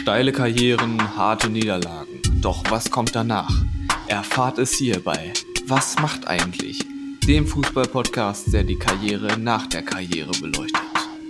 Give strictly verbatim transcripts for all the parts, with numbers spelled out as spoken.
Steile Karrieren, harte Niederlagen. Doch was kommt danach? Erfahrt es hier bei Was macht eigentlich? Dem Fußball-Podcast, der die Karriere nach der Karriere beleuchtet.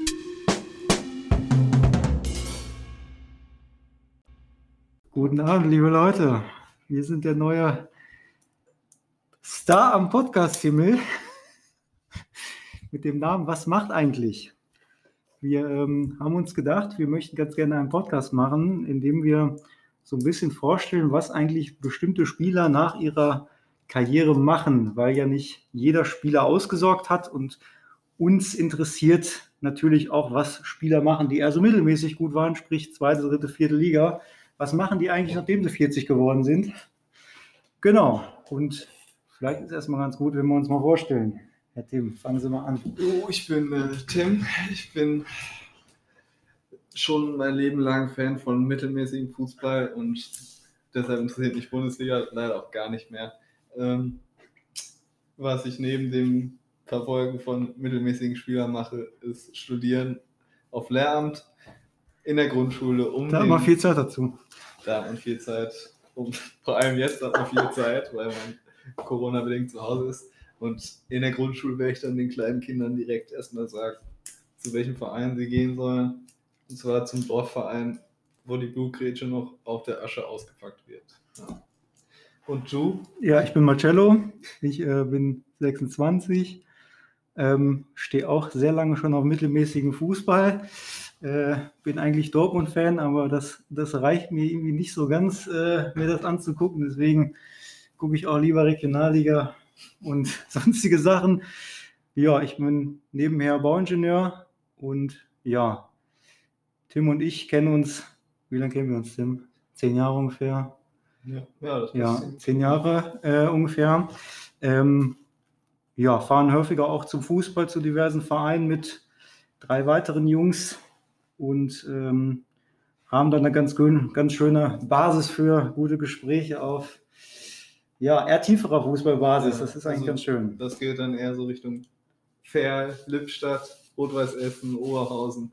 Guten Abend, liebe Leute. Wir sind der neue Star am Podcast-Himmel mit dem Namen Was macht eigentlich? Wir ähm, haben uns gedacht, wir möchten ganz gerne einen Podcast machen, in dem wir so ein bisschen vorstellen, was eigentlich bestimmte Spieler nach ihrer Karriere machen, weil ja nicht jeder Spieler ausgesorgt hat und uns interessiert natürlich auch, was Spieler machen, die eher so mittelmäßig gut waren, sprich zweite, dritte, vierte Liga. Was machen die eigentlich, nachdem sie vierzig geworden sind? Genau, und vielleicht ist es erstmal ganz gut, wenn wir uns mal vorstellen. Herr Tim, fangen Sie mal an. Oh, ich bin äh, Tim. Ich bin schon mein Leben lang Fan von mittelmäßigem Fußball und deshalb interessiert mich Bundesliga leider auch gar nicht mehr. Ähm, was ich neben dem Verfolgen von mittelmäßigen Spielern mache, ist Studieren auf Lehramt in der Grundschule. Um da hat man viel Zeit dazu. Da hat man viel Zeit, um, vor allem jetzt hat man viel Zeit, weil man Corona-bedingt zu Hause ist. Und in der Grundschule werde ich dann den kleinen Kindern direkt erstmal sagen, zu welchem Verein sie gehen sollen. Und zwar zum Dorfverein, wo die Blutgrätsche noch auf der Asche ausgepackt wird. Ja. Und du? Ja, ich bin Marcello. Ich äh, bin sechsundzwanzig. Ähm, stehe auch sehr lange schon auf mittelmäßigen Fußball. Äh, bin eigentlich Dortmund-Fan, aber das, das reicht mir irgendwie nicht so ganz, äh, mir das anzugucken. Deswegen gucke ich auch lieber Regionalliga und sonstige Sachen. Ja, ich bin nebenher Bauingenieur und ja, Tim und ich kennen uns, wie lange kennen wir uns, Tim? Zehn Jahre ungefähr? Ja, ja, das ja zehn Jahre äh, ungefähr. Ähm, ja, fahren häufiger auch zum Fußball zu diversen Vereinen mit drei weiteren Jungs und ähm, haben dann eine ganz, ganz schöne Basis für gute Gespräche auf ja, eher tieferer Fußballbasis, ja, das ist eigentlich also ganz schön. Das geht dann eher so Richtung Verl, Lippstadt, Rot-Weiß Essen, Oberhausen.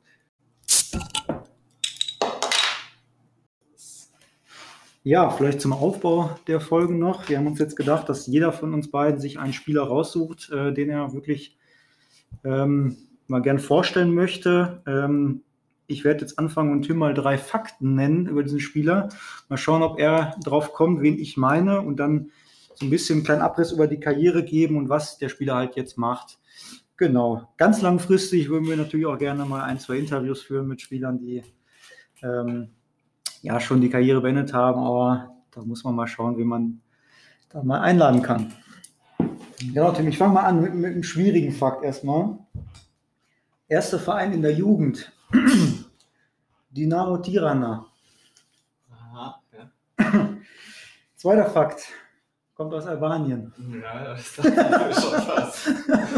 Ja, vielleicht zum Aufbau der Folgen noch. Wir haben uns jetzt gedacht, dass jeder von uns beiden sich einen Spieler raussucht, äh, den er wirklich ähm, mal gern vorstellen möchte. Ähm, ich werde jetzt anfangen und Tim mal drei Fakten nennen über diesen Spieler. Mal schauen, ob er drauf kommt, wen ich meine, und dann so ein bisschen einen kleinen Abriss über die Karriere geben und was der Spieler halt jetzt macht. Genau. Ganz langfristig würden wir natürlich auch gerne mal ein, zwei Interviews führen mit Spielern, die ähm, ja schon die Karriere beendet haben, aber da muss man mal schauen, wie man da mal einladen kann. Genau, Tim, ich fange mal an mit, mit einem schwierigen Fakt erstmal. Erster Verein in der Jugend. Dinamo Tirana. Aha, ja. Zweiter Fakt. Kommt aus Albanien. Ja, das dachte ich schon fast.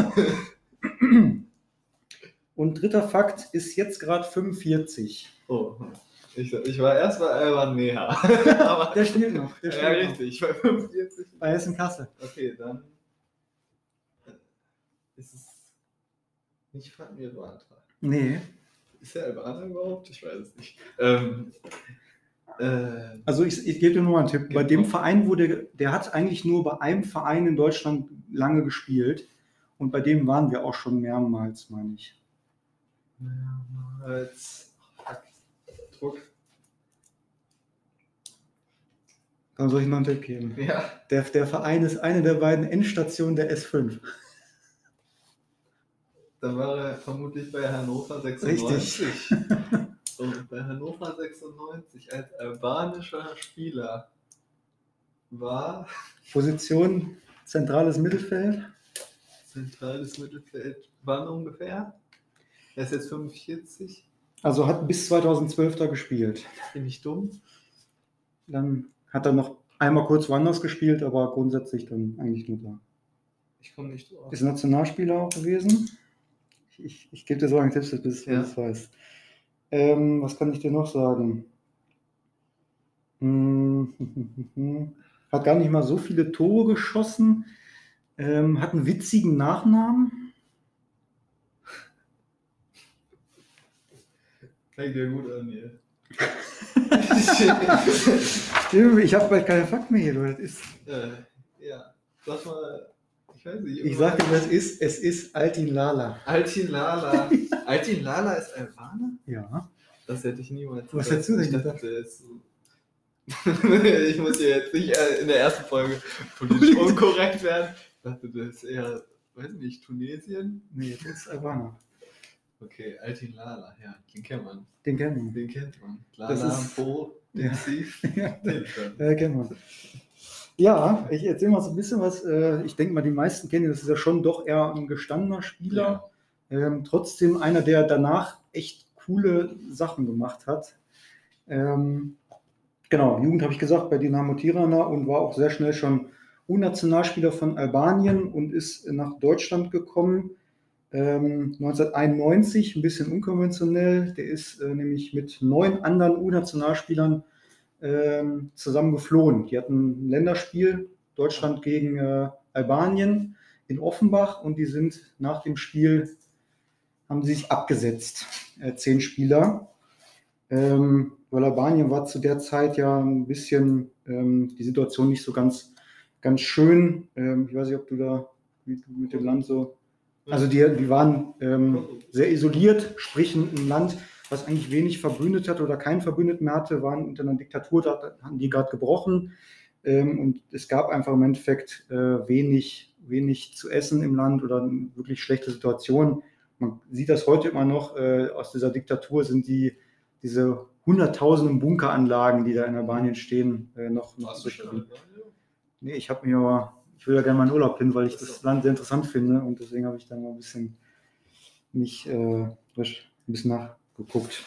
Und dritter Fakt ist jetzt gerade fünfundvierzig. Oh, ich, ich war erst bei Alban Neha. Aber der spielt noch. Der ja, spielt richtig, ich war fünfundvierzig. Bei Hessen Kassel. Okay, dann ist es nicht Fatmir Bartra. Nee. Ist der Albaner überhaupt? Ich weiß es nicht. Ähm, äh, also ich, ich gebe dir nur mal einen Tipp. Bei dem Verein, wo der, der hat eigentlich nur bei einem Verein in Deutschland lange gespielt. Und bei dem waren wir auch schon mehrmals, meine ich. Mehrmals. Druck. Dann soll ich noch einen Tipp geben. Ja. Der, der Verein ist eine der beiden Endstationen der S fünf. Da war er vermutlich bei Hannover sechsundneunzig. Richtig. Und bei Hannover sechsundneunzig als albanischer Spieler war... Position zentrales Mittelfeld. Zentrales Mittelfeld. Wann ungefähr? Er ist jetzt fünfundvierzig. Also hat bis zweitausendzwölf da gespielt. Bin ich dumm? Dann hat er noch einmal kurz woanders gespielt, aber grundsätzlich dann eigentlich nur da. Ich komme nicht drauf. Ist Nationalspieler auch gewesen. Ich, ich, ich gebe dir so einen Tipp, bis du es weißt. Ähm, was kann ich dir noch sagen? Hm, hat gar nicht mal so viele Tore geschossen. Ähm, hat einen witzigen Nachnamen. Fängt ja gut an hier. Ich habe bald keine Fakten mehr hier, Leute. Das ist äh, ja, sag mal, ich weiß nicht. ich sag dir, was es ist. Es ist Altin Lala. Altin Lala. Altin Lala ist Albaner? Ja. Das hätte ich niemals Was gedacht. hättest du denn Ich dachte, gedacht? der ist so. Ich muss hier jetzt nicht äh, in der ersten Folge politisch unkorrekt werden. Ich dachte, das ist eher, weiß nicht, Tunesien? Nee, das ist Albaner. Okay, Altin Lala, ja, den kennt man. Den kennen wir. Den kennt man. Das Lala, ist- Po, Ja. Intensiv. Ja, Den ja, kennen wir. Ja, ich erzähle mal so ein bisschen was. äh, Ich denke mal, die meisten kennen ihn. Das ist ja schon doch eher ein gestandener Spieler. Ähm, trotzdem einer, der danach echt coole Sachen gemacht hat. Ähm, genau, Jugend habe ich gesagt, bei Dinamo Tirana und war auch sehr schnell schon U-Nationalspieler von Albanien und ist nach Deutschland gekommen. Ähm, neunzehnhunderteinundneunzig, ein bisschen unkonventionell. Der ist äh, nämlich mit neun anderen U-Nationalspielern ähm, zusammen geflohen. Die hatten ein Länderspiel, Deutschland gegen äh, Albanien in Offenbach und die sind nach dem Spiel, haben sie sich abgesetzt, äh, zehn Spieler. Ähm, weil Albanien war zu der Zeit ja ein bisschen ähm, die Situation nicht so ganz, ganz schön. Ähm, ich weiß nicht, ob du da wie du mit dem Land so. Also die, die waren ähm, sehr isoliert, sprich ein ein Land, was eigentlich wenig Verbündet hat oder keinen Verbündeten mehr hatte, waren unter einer Diktatur, da hatten die gerade gebrochen. Ähm, und es gab einfach im Endeffekt äh, wenig, wenig zu essen im Land oder eine wirklich schlechte Situation. Man sieht das heute immer noch, äh, aus dieser Diktatur sind die, diese hunderttausenden Bunkeranlagen, die da in Albanien stehen, äh, noch, noch Warst du schon übrig. Nee, ich habe mir aber, ich will ja gerne mal in Urlaub hin, weil ich das Land sehr interessant finde und deswegen habe ich da mal ein bisschen mich äh, ein bisschen nachgeguckt.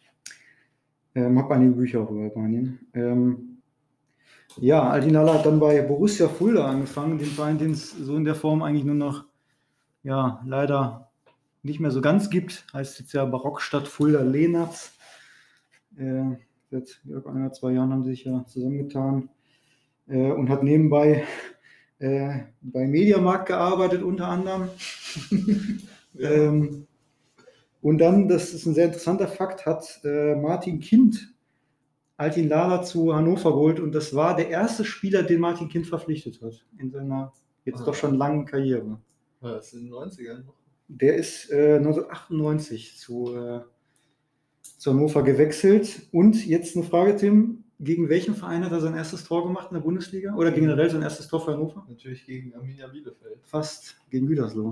Ähm, habe einige Bücher auch über Albanien. Ähm, ja, Altin Lala hat dann bei Borussia Fulda angefangen, den Verein, den es so in der Form eigentlich nur noch, ja, leider nicht mehr so ganz gibt. Heißt jetzt ja Barockstadt Fulda Lenaz. Äh, seit ein, zwei Jahren haben sie sich ja zusammengetan. Äh, und hat nebenbei äh, bei Mediamarkt gearbeitet, unter anderem. Ja. ähm, und dann, das ist ein sehr interessanter Fakt, hat äh, Martin Kind Altin Lala zu Hannover geholt und das war der erste Spieler, den Martin Kind verpflichtet hat in seiner jetzt Ah. doch schon langen Karriere. War das in den neunzigern noch? Der ist äh, neunzehnhundertachtundneunzig zu, äh, zu Hannover gewechselt. Und jetzt eine Frage, Tim. Gegen welchen Verein hat er sein erstes Tor gemacht in der Bundesliga? Oder generell sein erstes Tor für Hannover? Natürlich gegen Arminia Bielefeld. Fast gegen Gütersloh.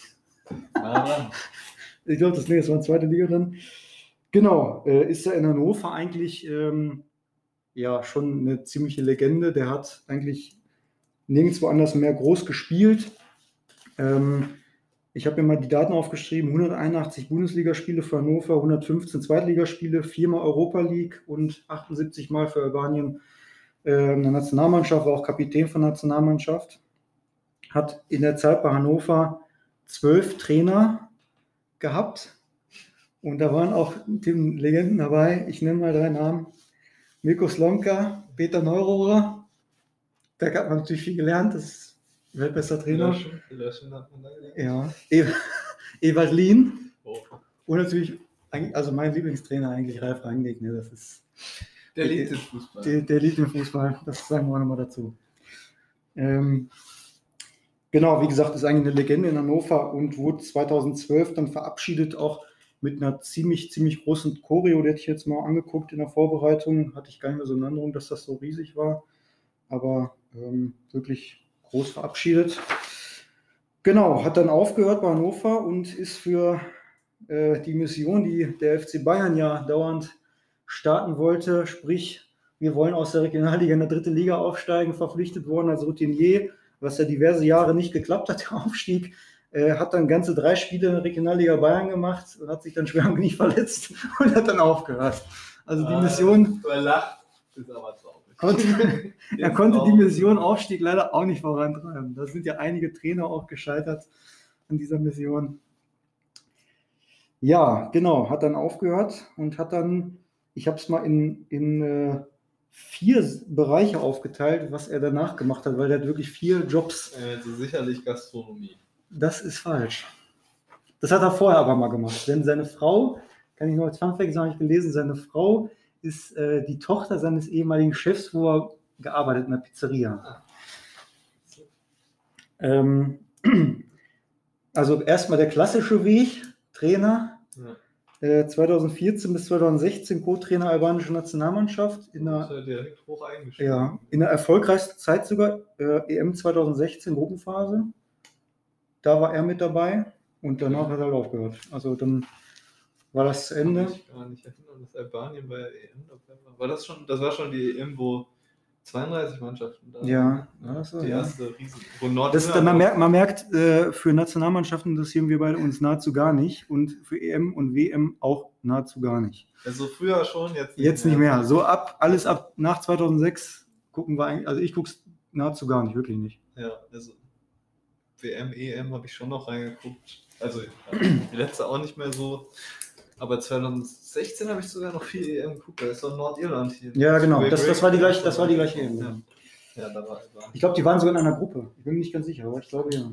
Na dann. Ich glaube, das, nee, das war eine zweite Liga dann. Genau, äh, ist er in Hannover eigentlich ähm, ja schon eine ziemliche Legende. Der hat eigentlich nirgendwo anders mehr groß gespielt. Ähm, ich habe mir mal die Daten aufgeschrieben: hunderteinundachtzig Bundesligaspiele für Hannover, hundertfünfzehn Zweitligaspiele, viermal Europa League und achtundsiebzig Mal für Albanien äh, in der Nationalmannschaft, war auch Kapitän von der Nationalmannschaft. Hat in der Zeit bei Hannover zwölf Trainer gehabt. Und da waren auch die Legenden dabei. Ich nenne mal drei Namen. Mirko Slomka, Peter Neurohrer. Da hat man natürlich viel gelernt. Das ist weltbester Trainer. Löschen, Löschen hat man da gelernt. Ja. E- Ewald Lien. Oh. Und natürlich, eigentlich- also mein Lieblingstrainer eigentlich Ralf Rangnick. Ne? Das ist, Der liebt den Fußball. der, der liebt den Fußball. Das sagen wir auch nochmal dazu. Ähm, genau, wie gesagt, ist eigentlich eine Legende in Hannover und wurde zweitausendzwölf dann verabschiedet, auch mit einer ziemlich, ziemlich großen Choreo. Die hätte ich jetzt mal angeguckt in der Vorbereitung. Hatte ich gar nicht mehr so eine Erinnerung, dass das so riesig war. Aber ähm, wirklich groß verabschiedet. Genau, hat dann aufgehört bei Hannover und ist für äh, die Mission, die der F C Bayern ja dauernd starten wollte, sprich, wir wollen aus der Regionalliga in der dritte Liga aufsteigen, verpflichtet worden als Routinier, was ja diverse Jahre nicht geklappt hat, der Aufstieg. Äh, hat dann ganze drei Spiele in der Regionalliga Bayern gemacht und hat sich dann schwer am Knie verletzt und hat dann aufgehört. Also die Mission, Er lacht, ist aber traurig. konnte, er konnte die Mission Aufstieg leider auch nicht vorantreiben. Da sind ja einige Trainer auch gescheitert an dieser Mission. Ja, genau, hat dann aufgehört und hat dann, ich habe es mal in, in äh, vier Bereiche aufgeteilt, was er danach gemacht hat, weil er hat wirklich vier Jobs. Also sicherlich Gastronomie. Das ist falsch. Das hat er vorher aber mal gemacht. Denn seine Frau, kann ich noch als Funfact sagen, habe ich gelesen, seine Frau ist äh, die Tochter seines ehemaligen Chefs, wo er gearbeitet in der Pizzeria. Ah. Ähm, also erstmal der klassische Weg, Trainer, Ja. äh, zweitausendvierzehn bis zweitausendsechzehn Co-Trainer albanische Nationalmannschaft, in Das ist der, ja direkt hoch eingeschrieben. ja, in der erfolgreichsten Zeit sogar, äh, E M zweitausendsechzehn Gruppenphase, da war er mit dabei und danach hat er halt aufgehört. Also dann war das zu Ende. Kann ich gar nicht erinnern, dass Albanien bei der E M dabei war. War das schon, das war schon die E M, wo zweiunddreißig Mannschaften da Ja, waren. ach so, Die ja. erste riesen. Wo Nord Das, man merkt, man merkt äh, für Nationalmannschaften interessieren wir beide uns nahezu gar nicht und für E M und W M auch nahezu gar nicht. Also früher schon, jetzt nicht Jetzt nicht mehr. So ab, alles ab nach zweitausendsechs gucken wir eigentlich, also ich gucke es nahezu gar nicht, wirklich nicht. Ja, also W M, E M habe ich schon noch reingeguckt. Also ja, die letzte auch nicht mehr so. Aber zweitausendsechzehn habe ich sogar noch viel E M geguckt, da ist doch Nordirland hier. Ja, genau, Great das, das, war die Britain. gleiche, das war die gleiche E M. Ja. Ja, da war Albanien. Ich glaube, die waren sogar in einer Gruppe. Ich bin mir nicht ganz sicher, aber ich glaube ja.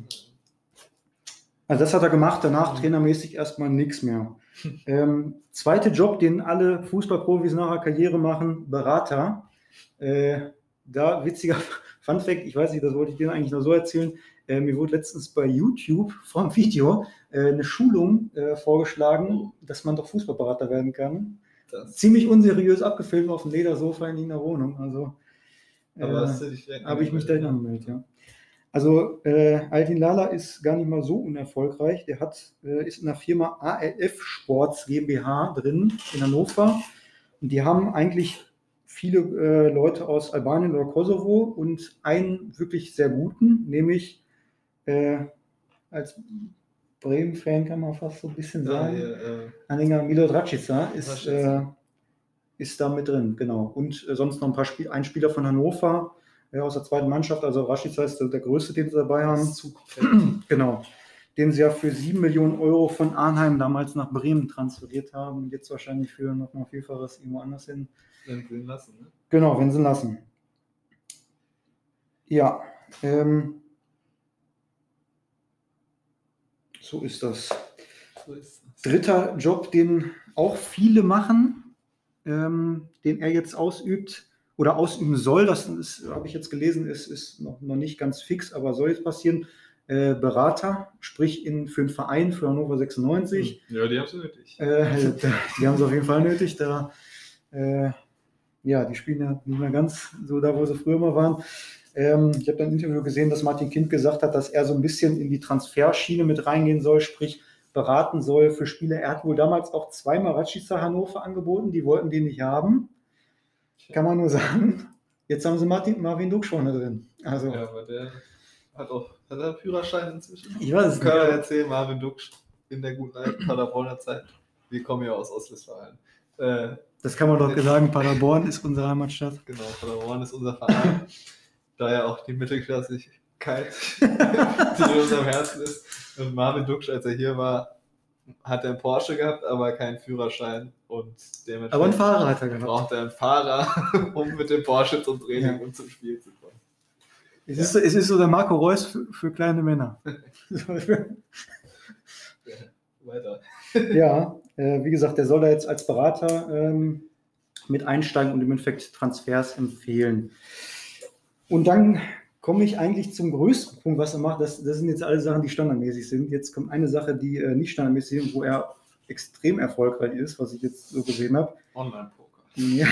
Also das hat er gemacht, danach trainermäßig erstmal nichts mehr. Ähm, zweite Job, den alle Fußballprofis nach der Karriere machen, Berater. Äh, da witziger Funfact, ich weiß nicht, das wollte ich dir eigentlich nur so erzählen. Äh, mir wurde letztens bei YouTube vor dem Video äh, eine Schulung äh, vorgeschlagen, dass man doch Fußballberater werden kann. Das. Ziemlich unseriös abgefilmt auf dem Ledersofa in der Wohnung. Also Aber äh, hast du dich direkt habe ich mich angemeldet? da angemeldet, ja. Also äh, Altin Lala ist gar nicht mal so unerfolgreich. Der hat, äh, ist in der Firma A L F Sports GmbH drin in Hannover. Und die haben eigentlich viele äh, Leute aus Albanien oder Kosovo und einen wirklich sehr guten, nämlich äh, als Bremen-Fan kann man fast so ein bisschen Ja, sagen, ja, äh, Anhänger Milot Račica ist, Račica. äh, ist da mit drin, genau. Und äh, sonst noch ein paar Spiel ein Spieler von Hannover, ja, aus der zweiten Mannschaft, also Rašica ist der, der größte, den sie dabei haben. das ist zu perfekt. Genau. Den sie ja für sieben Millionen Euro von Arnheim damals nach Bremen transferiert haben und jetzt wahrscheinlich für noch mal Vielfaches irgendwo anders hin. Wenn sie ihn lassen, ne? Genau, wenn sie ihn lassen. Ja, ähm, so ist das. So ist es. Dritter Job, den auch viele machen, ähm, den er jetzt ausübt oder ausüben soll, das ist, habe ich jetzt gelesen, ist, ist noch, noch nicht ganz fix, aber soll jetzt passieren. Äh, Berater, sprich in, für einen Verein, für Hannover sechsundneunzig. Ja, die haben es nötig. Äh, da, die haben es auf jeden Fall nötig. Da, äh, ja, die spielen ja nicht mehr ganz so da, wo sie früher mal waren. Ähm, ich habe dann ein Interview gesehen, dass Martin Kind gesagt hat, dass er so ein bisschen in die Transferschiene mit reingehen soll, sprich beraten soll für Spieler. Er hat wohl damals auch zweimal Račica Hannover angeboten, die wollten den nicht haben. Kann man nur sagen. Jetzt haben sie Martin, Marvin Duksch vorne drin. Also, Ja, aber der hat auch hat er einen Führerschein inzwischen. ich weiß es Kann er nicht. erzählen, Marvin Duksch in der guten alten Paderborner Zeit. Wir kommen ja aus Ostwestfalen. Äh, Das kann man doch sagen, Paderborn ist unsere Heimatstadt. genau, Paderborn ist unser Verein. Da ja auch die Mittelklassigkeit, die in unserem Herzen ist. Und Marvin Duksch, als er hier war, hat er einen Porsche gehabt, aber keinen Führerschein. Und dementsprechend Aber einen Fahrer hat er gehabt. braucht er einen Fahrer, um mit dem Porsche zum Training Ja. und zum Spiel zu kommen. Es ist, so- es ist so der Marco Reus für, für kleine Männer. Weiter. Ja, äh, wie gesagt, der soll da jetzt als Berater ähm, mit einsteigen und im Endeffekt Transfers empfehlen. Und dann komme ich eigentlich zum größten Punkt, was er macht. Das, das sind jetzt alle Sachen, die standardmäßig sind. Jetzt kommt eine Sache, die äh, nicht standardmäßig ist, wo er extrem erfolgreich ist, was ich jetzt so gesehen habe. Online-Poker. Ja.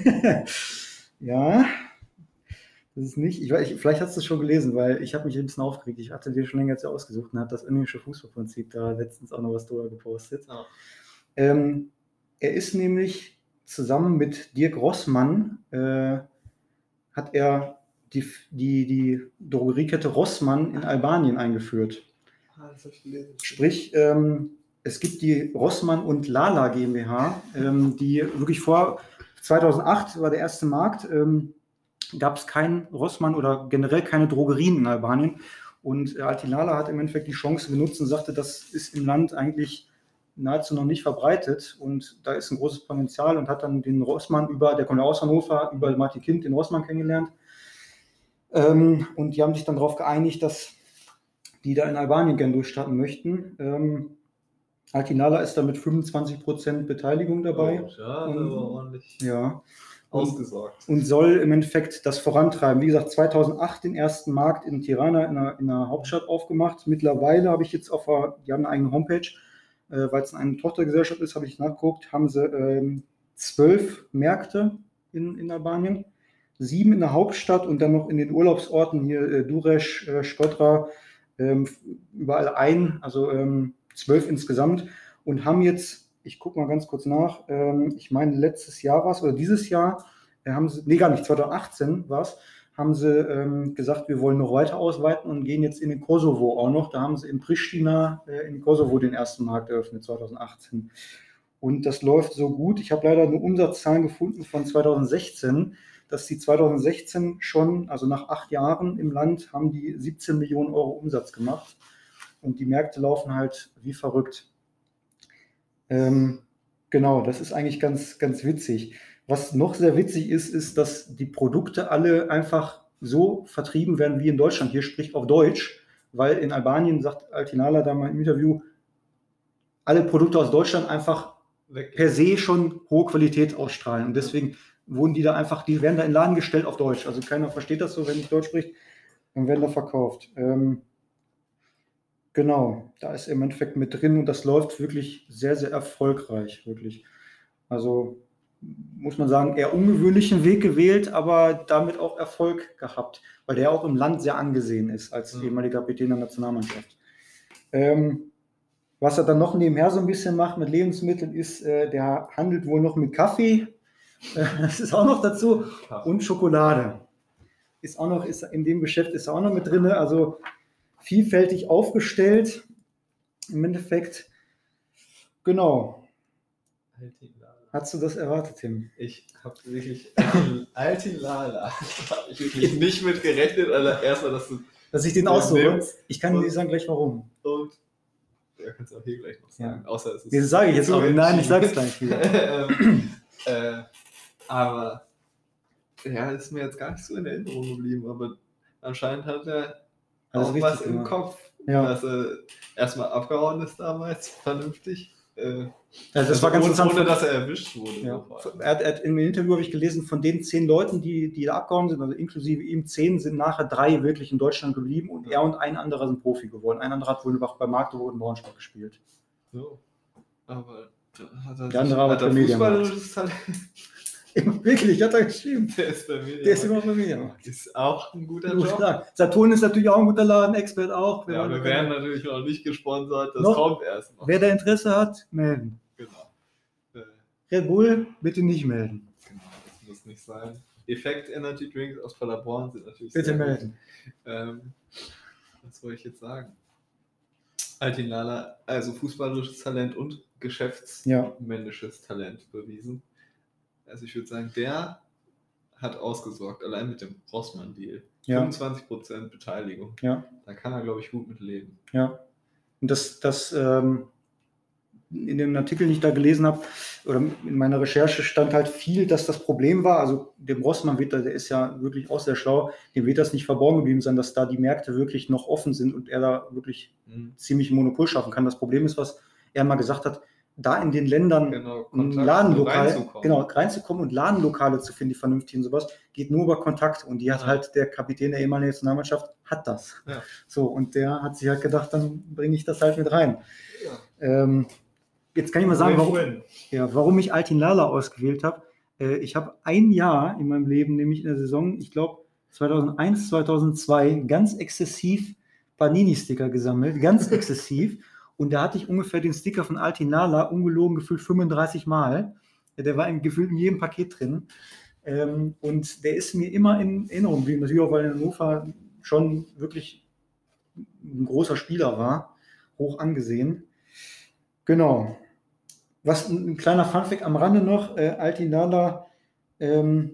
Ja, das ist nicht, ich weiß, ich, vielleicht hast du es schon gelesen, weil ich habe mich ein bisschen aufgeregt. Ich hatte dir schon länger jetzt ja ausgesucht und habe das indische Fußballprinzip da letztens auch noch was drüber gepostet. Ja. Ähm, er ist nämlich zusammen mit Dirk Rossmann, äh, hat er die, die, die Drogeriekette Rossmann in Albanien eingeführt. Ah, das habe ich gelesen. Sprich, ähm, es gibt die Rossmann und Lala GmbH, ähm, die wirklich vor zweitausendacht war der erste Markt, ähm, gab es keinen Rossmann oder generell keine Drogerien in Albanien. Und äh, Altin Lala hat im Endeffekt die Chance genutzt und sagte, das ist im Land eigentlich nahezu noch nicht verbreitet und da ist ein großes Potenzial und hat dann den Rossmann über, der kommt ja aus Hannover, über Martin Kind den Rossmann kennengelernt. Ähm, und die haben sich dann darauf geeinigt, dass die da in Albanien gerne durchstarten möchten. Ähm, Altinala ist da mit fünfundzwanzig Prozent Beteiligung dabei. Oh, ja, und, aber ordentlich ja. ausgesorgt. Und soll im Endeffekt das vorantreiben. Wie gesagt, zweitausendacht den ersten Markt in Tirana, in der, in der Hauptstadt, aufgemacht. Mittlerweile habe ich jetzt auf der, die haben eine eigene Homepage, äh, weil es eine Tochtergesellschaft ist, habe ich nachgeguckt, haben sie ähm, zwölf Märkte in, in Albanien, sieben in der Hauptstadt und dann noch in den Urlaubsorten hier äh, Durrës, äh, Shkodra, ähm, überall ein, also ähm, zwölf insgesamt, und haben jetzt, ich gucke mal ganz kurz nach, ähm, ich meine letztes Jahr war es, oder dieses Jahr, äh, haben sie, nee gar nicht, zweitausendachtzehn war es, haben sie ähm, gesagt, wir wollen noch weiter ausweiten und gehen jetzt in den Kosovo auch noch. Da haben sie in Pristina, äh, in Kosovo, den ersten Markt eröffnet, zweitausendachtzehn. Und das läuft so gut. Ich habe leider nur Umsatzzahlen gefunden von zweitausendsechzehn, dass die zweitausendsechzehn schon, also nach acht Jahren im Land, haben die siebzehn Millionen Euro Umsatz gemacht. Und die Märkte laufen halt wie verrückt. Ähm, genau, das ist eigentlich ganz, ganz witzig. Was noch sehr witzig ist, ist, dass die Produkte alle einfach so vertrieben werden wie in Deutschland. Hier spricht auf Deutsch, weil in Albanien, sagt Altinala da mal im Interview, alle Produkte aus Deutschland einfach Weg. per se schon hohe Qualität ausstrahlen. Und deswegen wurden die da einfach, die werden da in den Laden gestellt auf Deutsch. Also keiner versteht das so, wenn nicht Deutsch spricht, dann werden da verkauft. Ähm, genau, da ist im Endeffekt mit drin und das läuft wirklich sehr, sehr erfolgreich, wirklich. Also muss man sagen, eher ungewöhnlichen Weg gewählt, aber damit auch Erfolg gehabt, weil der auch im Land sehr angesehen ist als ja. ehemaliger Kapitän der Nationalmannschaft. Ähm, was er dann noch nebenher so ein bisschen macht mit Lebensmitteln ist, äh, der handelt wohl noch mit Kaffee, äh, das ist auch noch dazu, und Schokolade. Ist auch noch, ist in dem Geschäft ist er auch noch mit drin, also vielfältig aufgestellt, im Endeffekt, genau. Hast du das erwartet, Tim? Ich habe wirklich Altinala, da habe ich wirklich nicht mit gerechnet, also erstmal, dass du dass ich den aussuche. Ich kann dir sagen gleich warum. Und ja, kannst du auch hier gleich noch sagen. Ja. Außer es ist das sage ich jetzt auch. Nein, ich sage es gleich wieder. ähm, äh, aber ja, ist mir jetzt gar nicht so in Erinnerung geblieben, aber anscheinend hat er also auch was im gemacht. Kopf, ja. dass er erstmal abgehauen ist damals, vernünftig. Äh, also das war ganz ohne, ohne dass er erwischt wurde. Ja. Er hat, er hat, im Interview habe ich gelesen, von den zehn Leuten, die, die da abgehauen sind, also inklusive ihm zehn, sind nachher drei wirklich in Deutschland geblieben und er und ein anderer sind Profi geworden. Ein anderer hat wohl bei Magdeburg und Braunschweig gespielt. So. Aber hat er der andere hat er fußballerisches Talent. Wirklich, hat er geschrieben. Der ist bei mir. Der ist immer bei mir. Ist auch ein guter Gut, Job. Klar. Saturn ist natürlich auch ein guter Laden, Expert auch. Wir, ja, wir werden natürlich noch nicht gesponsert, das noch, kommt erst noch. Wer da Interesse hat, melden. Genau. Red Bull, bitte nicht melden. Genau, das muss nicht sein. Effekt Energy Drinks aus Paderborn sind natürlich bitte melden. Ähm, was soll ich jetzt sagen? Altinala, also fußballerisches Talent und geschäftsmännisches ja. Talent bewiesen. Also ich würde sagen, der hat ausgesorgt, allein mit dem Rossmann-Deal. Ja. fünfundzwanzig Prozent Beteiligung. Ja. Da kann er, glaube ich, gut mit leben. Ja. Und das, das ähm, in dem Artikel, den ich da gelesen habe, oder in meiner Recherche stand halt viel, dass das Problem war, also dem Rossmann wird, der ist ja wirklich auch sehr schlau, dem wird das nicht verborgen geblieben sein, dass da die Märkte wirklich noch offen sind und er da wirklich mhm. ziemlich Monopol schaffen kann. Das Problem ist, was er mal gesagt hat, da in den Ländern genau, Ladenlokale reinzukommen. Genau, reinzukommen und Ladenlokale zu finden, die vernünftig und sowas, geht nur über Kontakt. Und die hat ja. halt der Kapitän der ehemaligen Nationalmannschaft, hat das. Ja. So, und der hat sich halt gedacht, dann bringe ich das halt mit rein. Ja. Ähm, jetzt kann ich mal sagen, warum, ja, warum ich Altinala ausgewählt habe. Äh, ich habe ein Jahr in meinem Leben, nämlich in der Saison, ich glaube zweitausendeins, zweitausendzwei, ganz exzessiv Panini-Sticker gesammelt, ganz exzessiv. Und da hatte ich ungefähr den Sticker von Altinala ungelogen gefühlt fünfunddreißig Mal. Der war im, gefühlt in jedem Paket drin. Ähm, und der ist mir immer in Erinnerung geblieben, natürlich auch, weil in Hannover schon wirklich ein großer Spieler war, hoch angesehen. Genau. Was ein, ein kleiner Funfact am Rande noch, äh, Altinala ähm,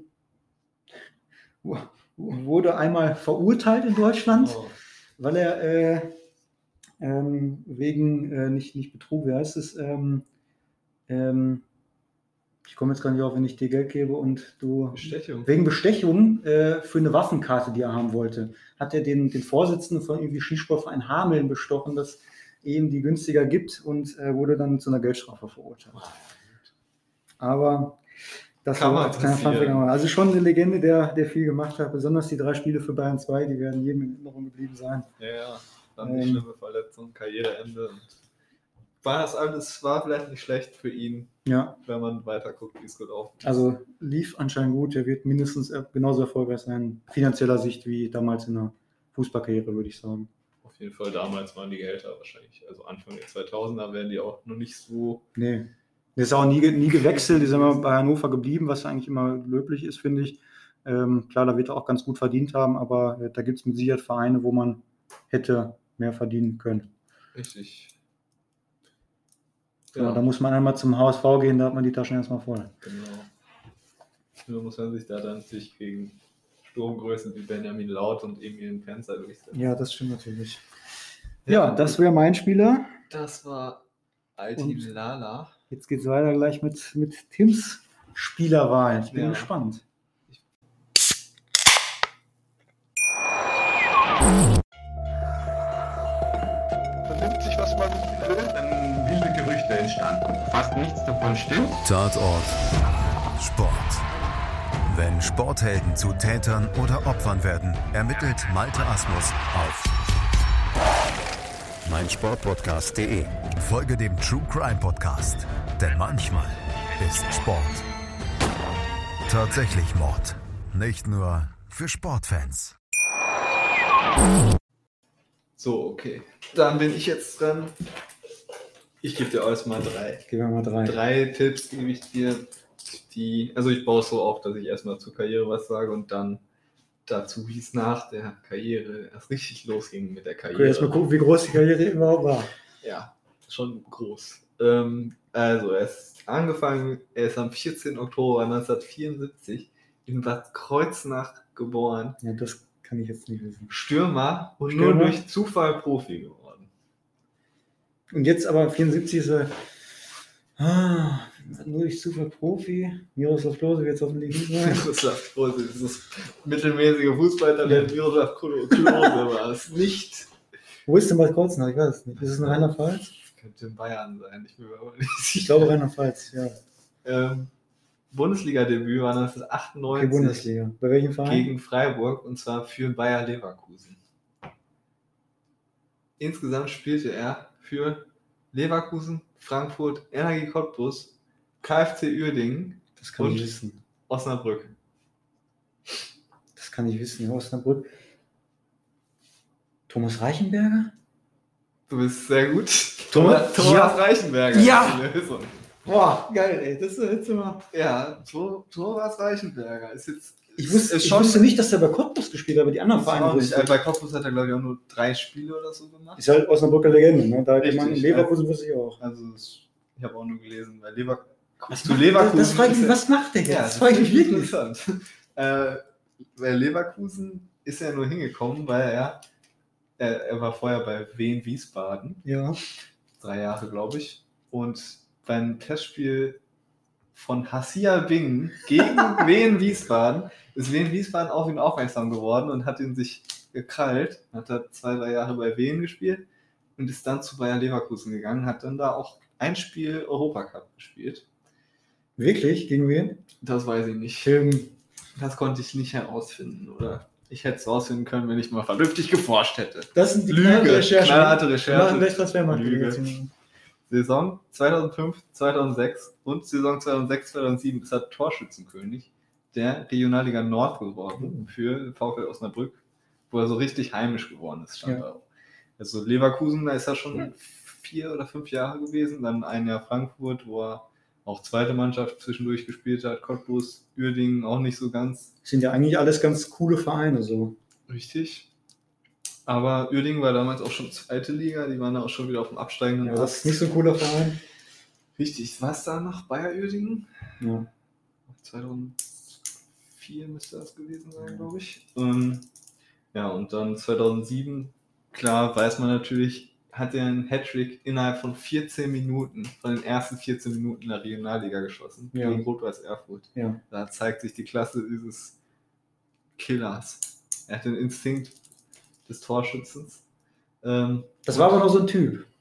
wurde einmal verurteilt in Deutschland, oh. weil er äh, Ähm, wegen, äh, nicht, nicht Betrug, wie heißt es? Ähm, ähm, ich komme jetzt gar nicht auf, wenn ich dir Geld gebe und du... Bestechung. Wegen Bestechung äh, für eine Waffenkarte, die er haben wollte. Hat er den, den Vorsitzenden von irgendwie Skisportverein Hameln bestochen, dass ihm die günstiger gibt und äh, wurde dann zu einer Geldstrafe verurteilt. Aber das Kann war man als kleiner passieren. Funfact. Also schon eine Legende, der, der viel gemacht hat. Besonders die drei Spiele für Bayern zwei, die werden jedem in Erinnerung geblieben sein. Ja, ja. Dann die Ähm. schlimme Verletzung, Karriereende. Und war das alles, war vielleicht nicht schlecht für ihn, Ja, wenn man weiter guckt, wie es gelaufen ist. also lief anscheinend gut. Er wird mindestens genauso erfolgreich sein, finanzieller Sicht, wie damals in der Fußballkarriere, würde ich sagen. Auf jeden Fall, damals waren die Gehälter wahrscheinlich, also Anfang der zweitausender wären die auch noch nicht so. Nee. Der ist auch nie, ge- nie gewechselt, die sind immer bei Hannover geblieben, was eigentlich immer löblich ist, finde ich. Ähm, klar, da wird er auch ganz gut verdient haben, aber äh, da gibt es mit Sicherheit Vereine, wo man hätte mehr verdienen können. Richtig. Ja. Da muss man einmal zum H S V gehen, da hat man die Taschen erstmal voll. Genau. Nur muss man sich da dann sich gegen Sturmgrößen wie Benjamin Laut und Emil Penzer durchsetzen. Ja, das stimmt natürlich. Ja, das wäre mein Spieler. Das war Altim Und- Lala. Jetzt geht es weiter gleich mit, mit Tims Spielerwahl. Ich bin Ja. gespannt. Vernimmt sich, was man will. Dann wilde Gerüchte entstanden. Fast nichts davon stimmt. Tatort Sport. Wenn Sporthelden zu Tätern oder Opfern werden, ermittelt Malte Asmus auf meinsportpodcast punkt de. Folge dem True Crime Podcast, denn manchmal ist Sport tatsächlich Mord. Nicht nur für Sportfans. So, okay. Dann bin ich jetzt dran. Ich gebe dir alles mal drei. Gehen wir mal drei. Drei Tipps gebe ich dir, die, also ich baue es so auf, dass ich erstmal zur Karriere was sage und dann dazu, wie es nach der Karriere erst richtig losging mit der Okay, Karriere. jetzt mal gucken, wie groß die Karriere überhaupt war. Ja, schon groß. Ähm, also, er ist angefangen, er ist am vierzehnten Oktober neunzehnhundertvierundsiebzig in Bad Kreuznach geboren. Ja, das kann ich jetzt nicht wissen. Stürmer und Stürmer? nur durch Zufall Profi geworden. Und jetzt aber vierundsiebzig ist er ah, nur durch Zufall Profi. Miroslav Klose wird es hoffentlich nicht sein. Miroslav Klose, dieses mittelmäßige Fußballtalent Miroslav Klose war es nicht. Wo ist denn Bad Kreuznach? Ich weiß es nicht. Ist es in Rheinland-Pfalz? Könnte in Bayern sein, ich bin mir aber nicht sicher. Ich glaube Rheinland-Pfalz, ja. Ähm, Bundesliga-Debüt war Okay, neunzehnhundertachtundneunzig Bundesliga. Bei welchem Verein? gegen Freiburg und zwar für Bayer Leverkusen. Insgesamt spielte er für Leverkusen, Frankfurt, Energie Cottbus, KfC Uerdingen, Das kann und ich wissen. Osnabrück. Das kann ich wissen. Osnabrück. Thomas Reichenberger? Du bist sehr gut. Thomas- Thomas, Thomas Ja. Reichenberger. Ja. ist die Lösung. Boah, geil, ey. Das ist jetzt immer. Ja, Tho- Thomas Reichenberger ist jetzt. Ich wusste, ist ich schon- wusste nicht, dass er bei Cottbus gespielt hat, aber die anderen Ist auch Vereine nicht, wusste äh, bei Cottbus hat er, glaube ich, auch nur drei Spiele oder so gemacht. Ist halt Osnabrücker Legende, ne? Da Richtig, man in Leverkusen wusste ich auch. Also, es- ich habe auch nur gelesen, weil Leverkusen. Was zu macht, Leverkusen das frage ich ist mich, er- was macht der jetzt? Ja, das frage ich mich wirklich. interessant. Äh, bei Leverkusen ist er nur hingekommen, weil er, er, er war vorher bei Wien Wiesbaden, Ja. drei Jahre, glaube ich, und beim Testspiel von Hassia Bingen gegen Wien Wiesbaden ist Wien Wiesbaden auf ihn aufmerksam geworden und hat ihn sich gekrallt, hat er zwei, drei Jahre bei Wien gespielt und ist dann zu Bayer Leverkusen gegangen, hat dann da auch ein Spiel Europacup gespielt. Wirklich? Gegen wen? Das weiß ich nicht. Ähm, Das konnte ich nicht herausfinden, oder? Ich hätte es rausfinden können, wenn ich mal vernünftig geforscht hätte. das sind die Lüge, knallharten Recherchen. knallharte Wir Recherche. machen gleich Transfermarkt. Lüge. Saison zweitausendfünf, zweitausendsechs und Saison zweitausendsechs, zweitausendsieben ist er Torschützenkönig der Regionalliga Nord geworden für VfL Osnabrück, wo er so richtig heimisch geworden ist, stand Ja. da auch. Also Leverkusen, da ist er schon vier oder fünf Jahre gewesen, dann ein Jahr Frankfurt, wo er auch zweite Mannschaft zwischendurch gespielt hat, Cottbus, Uerdingen auch nicht so ganz Sind ja eigentlich alles ganz coole Vereine so. richtig. Aber Uerdingen war damals auch schon zweite Liga, die waren da auch schon wieder auf dem absteigenden Ja, das ist nicht so ein cooler Verein. Richtig, war es da noch Bayer Uerdingen? Ja. zweitausendvier müsste das gewesen sein, glaube ich. Ähm, ja, und dann zweitausendsieben, klar, weiß man natürlich, hat er einen Hattrick innerhalb von vierzehn Minuten, von den ersten vierzehn Minuten in der Regionalliga geschossen, Ja. gegen Rot-Weiß Erfurt. Ja. Da zeigt sich die Klasse dieses Killers. Er hat den Instinkt des Torschützens. Ähm, Das war aber noch so ein Typ.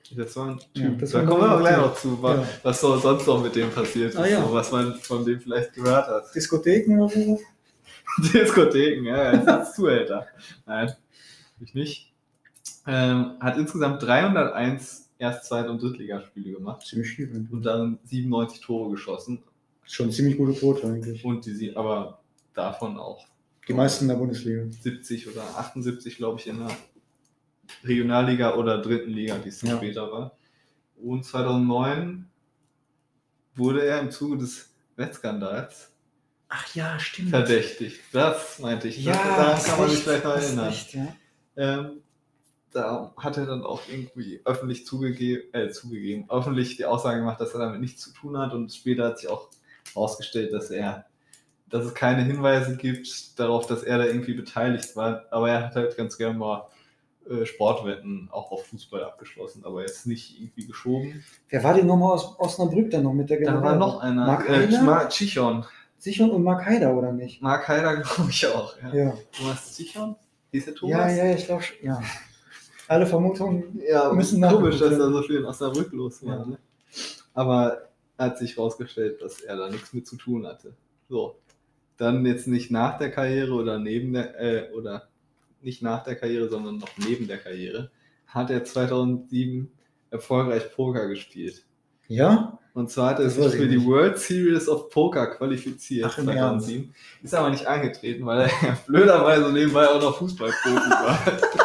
Das war ein Ja, Typ. das da war kommen wir ein auch gleich Typ. noch zu, was, Ja. was so sonst noch mit dem passiert ist, Ah, ja. so, was man von dem vielleicht gehört hat. Diskotheken oder so? Diskotheken, ja, er ist Zuhälter. Nein, ich nicht. Ähm, hat insgesamt dreihunderteins Erst-, Zweit- und Drittligaspiele gemacht Ziemlich viel. und dann siebenundneunzig Tore geschossen. Schon ziemlich gute Quote eigentlich. Und die sie aber davon auch Die meisten in der Bundesliga. siebzig oder achtundsiebzig, glaube ich, in der Regionalliga oder dritten Liga, die es dann Ja. später war. Und zweitausendneun wurde er im Zuge des Wettskandals Ach ja, stimmt. verdächtigt. Das meinte ich. Ja, das, daran hast kann man sich recht, vielleicht noch hast erinnern. recht, ja. Ähm, da hat er dann auch irgendwie öffentlich zugegeben, äh, zugegeben, öffentlich die Aussage gemacht, dass er damit nichts zu tun hat, und später hat sich auch herausgestellt, dass er, dass es keine Hinweise gibt darauf, dass er da irgendwie beteiligt war, aber er hat halt ganz gerne mal äh, Sportwetten auch auf Fußball abgeschlossen, aber jetzt nicht irgendwie geschoben. Wer war denn nochmal aus Osnabrück dann noch mit der Da war Generale? noch einer, Mark äh, Heider? Mark Chichon. Sichon und Mark Heider, oder nicht? Mark Heider, glaube ich auch. Ja. Ja. Thomas Chichon? Hieß der Ja, Thomas? ja, ich glaube schon. Ja. Alle Vermutungen. Ja, Müssen komisch, nachgeguckt dass da werden. so viel in Osnabrück los war. Ja. Ne? Aber hat sich herausgestellt, dass er da nichts mit zu tun hatte. So. Dann jetzt nicht nach der Karriere oder neben der, äh, oder nicht nach der Karriere, sondern noch neben der Karriere, hat er zweitausendsieben erfolgreich Poker gespielt. Ja? Und zwar hat er Das sich weiß ich für die nicht. World Series of Poker qualifiziert Ach, im zweitausendsieben. Ist aber nicht angetreten, weil er blöderweise nebenbei auch noch Fußballprofi war.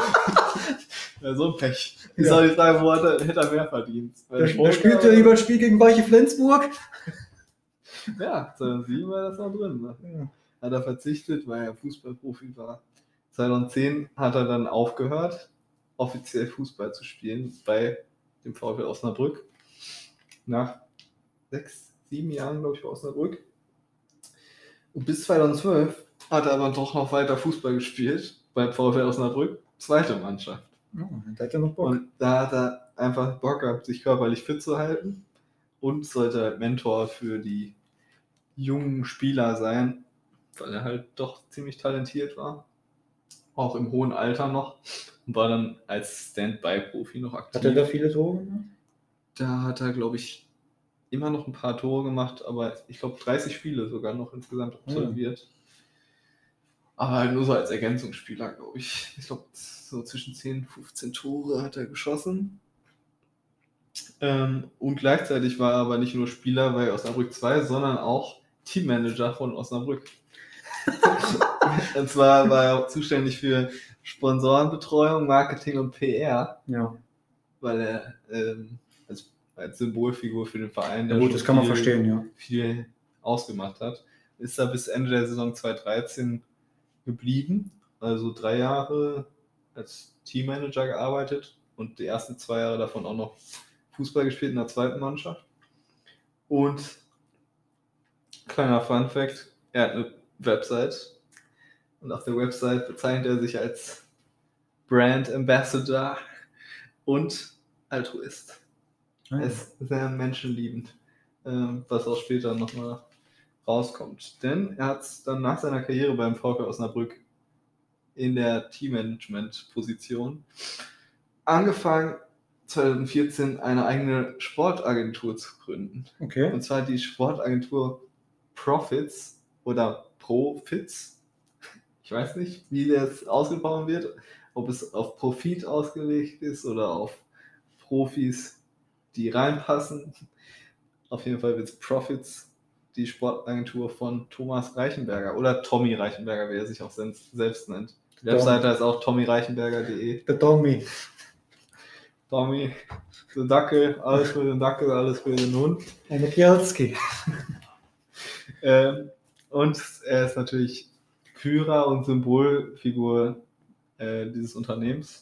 Ja, so ein Pech. Ich Ja. soll nicht sagen, wo hat er, hätte er mehr verdient. Weil Der, Poker- der spielt ja lieber ein Spiel gegen Weiche Flensburg. Ja, zweitausendsieben war das noch drin. Ne? Ja. Hat er verzichtet, weil er Fußballprofi war. zweitausendzehn hat er dann aufgehört, offiziell Fußball zu spielen bei dem VfL Osnabrück. Nach sechs, sieben Jahren, glaube ich, bei Osnabrück. Und bis zweitausendzwölf hat er aber doch noch weiter Fußball gespielt beim VfL Osnabrück, zweite Mannschaft. Oh, da hat er noch Bock. Und da hat er einfach Bock gehabt, sich körperlich fit zu halten und sollte halt Mentor für die jungen Spieler sein, weil er halt doch ziemlich talentiert war. Auch im hohen Alter noch. Und war dann als Stand-by-Profi noch aktiv. Hat er da viele Tore gemacht? Da hat er, glaube ich, immer noch ein paar Tore gemacht, aber ich glaube dreißig Spiele sogar noch insgesamt absolviert. Aber halt nur so als Ergänzungsspieler, glaube ich. Ich glaube, so zwischen zehn, fünfzehn Tore hat er geschossen. Ähm, und gleichzeitig war er aber nicht nur Spieler bei Osnabrück zwei, sondern auch Teammanager von Osnabrück. Und zwar war er auch zuständig für Sponsorenbetreuung, Marketing und P R, Ja. weil er ähm, als, als Symbolfigur für den Verein Ja, der gut, schon das kann man viel, verstehen, ja. viel ausgemacht hat. Ist da bis Ende der Saison zweitausenddreizehn geblieben, also drei Jahre als Teammanager gearbeitet und die ersten zwei Jahre davon auch noch Fußball gespielt in der zweiten Mannschaft. Und kleiner Funfact, er hat eine Website und auf der Website bezeichnet er sich als Brand Ambassador und Altruist. Er ist sehr menschenliebend, ähm, was auch später nochmal rauskommt. Denn er hat dann nach seiner Karriere beim VfL Osnabrück in der Teammanagement-Position angefangen, zweitausendvierzehn eine eigene Sportagentur zu gründen. Okay. Und zwar die Sportagentur Profits oder Profits. Ich weiß nicht, wie das ausgesprochen wird, ob es auf Profit ausgelegt ist oder auf Profis, die reinpassen. Auf jeden Fall wird es Profits, die Sportagentur von Thomas Reichenberger oder Tommy Reichenberger, wie er sich auch selbst nennt. Die Webseite ist auch tommy reichenberger punkt de. Der Tommy. Tommy, der Dackel, alles für den Dackel, alles für den Hund. Eine Kielski. Ähm, und er ist natürlich Führer und Symbolfigur äh, dieses Unternehmens.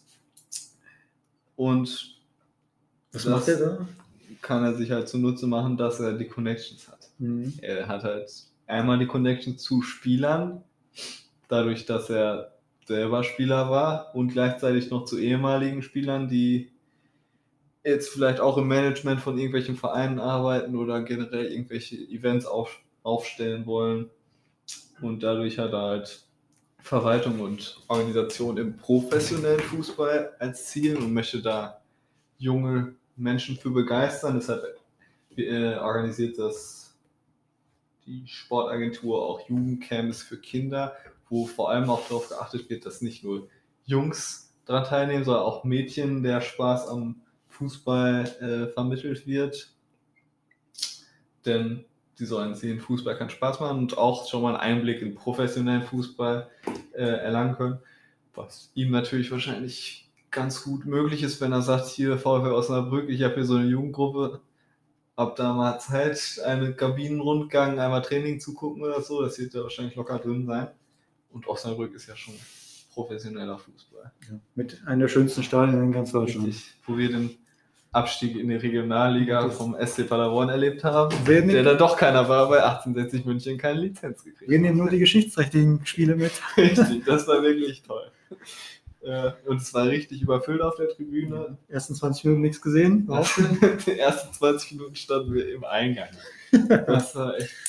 Und Was das macht er da? kann er sich halt zunutze machen, dass er die Connections hat. Mhm. Er hat halt einmal die Connection zu Spielern, dadurch, dass er selber Spieler war und gleichzeitig noch zu ehemaligen Spielern, die jetzt vielleicht auch im Management von irgendwelchen Vereinen arbeiten oder generell irgendwelche Events auf, aufstellen wollen. Und dadurch hat er halt Verwaltung und Organisation im professionellen Fußball als Ziel und möchte da junge Menschen für begeistern. Deshalb äh, organisiert das die Sportagentur auch Jugendcamps für Kinder, wo vor allem auch darauf geachtet wird, dass nicht nur Jungs daran teilnehmen, sondern auch Mädchen, der Spaß am Fußball äh, vermittelt wird. Denn die sollen sehen, Fußball kann Spaß machen und auch schon mal einen Einblick in professionellen Fußball äh, erlangen können, was ihm natürlich wahrscheinlich ganz gut möglich ist, wenn er sagt, hier VfL Osnabrück, ich habe hier so eine Jugendgruppe, hab da mal Zeit, einen Kabinenrundgang, einmal Training zu gucken oder so, das wird da wahrscheinlich locker drin sein. Und Osnabrück ist ja schon professioneller Fußball. Ja, mit einer der schönsten Stadien in ganz Deutschland. Richtig, wo wir den Abstieg in die Regionalliga vom S C Paderborn erlebt haben, Werden der dann doch keiner war, bei achtzehnhundertsechzig München keine Lizenz gekriegt. Wir nehmen nur die geschichtsträchtigen Spiele mit. Richtig, das war wirklich toll. Äh, Und es war richtig überfüllt auf der Tribüne. Ersten zwanzig Minuten nichts gesehen. Die ersten zwanzig Minuten standen wir im Eingang. Das war echt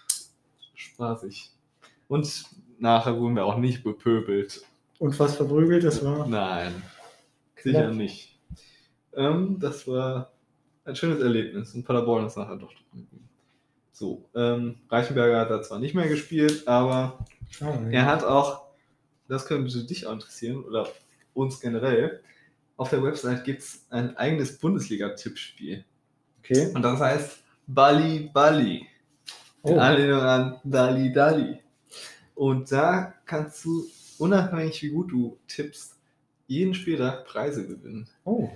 spaßig. Und nachher wurden wir auch nicht bepöbelt. Und fast verprügelt, das war. Nein, sicher Ja. nicht. Ähm, das war ein schönes Erlebnis und Paderborn ist nachher doch drin. So, ähm, Reichenberger hat da zwar nicht mehr gespielt, aber Ah, ja. er hat auch, das könnte dich auch interessieren oder uns generell, auf der Website gibt es ein eigenes Bundesliga-Tippspiel. Okay. Und das heißt Bali Bali. In Oh. Anlehnung an Dali Dali. Und da kannst du, unabhängig wie gut du tippst, jeden Spieltag Preise gewinnen. Oh.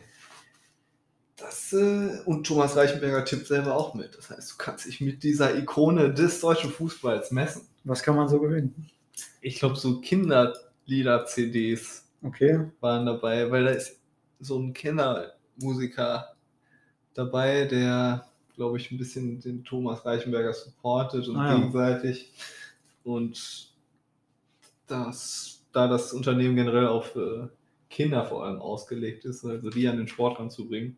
Das, äh, und Thomas Reichenberger tippt selber auch mit. Das heißt, du kannst dich mit dieser Ikone des deutschen Fußballs messen. Was kann man so gewinnen? Ich glaube, so Kinderlieder-C Ds Okay. waren dabei, weil da ist so ein Kindermusiker dabei, der, glaube ich, ein bisschen den Thomas Reichenberger supportet und Ah, ja. gegenseitig. Und das, da das Unternehmen generell auf äh, Kinder vor allem ausgelegt ist, also die an den Sport ranzubringen,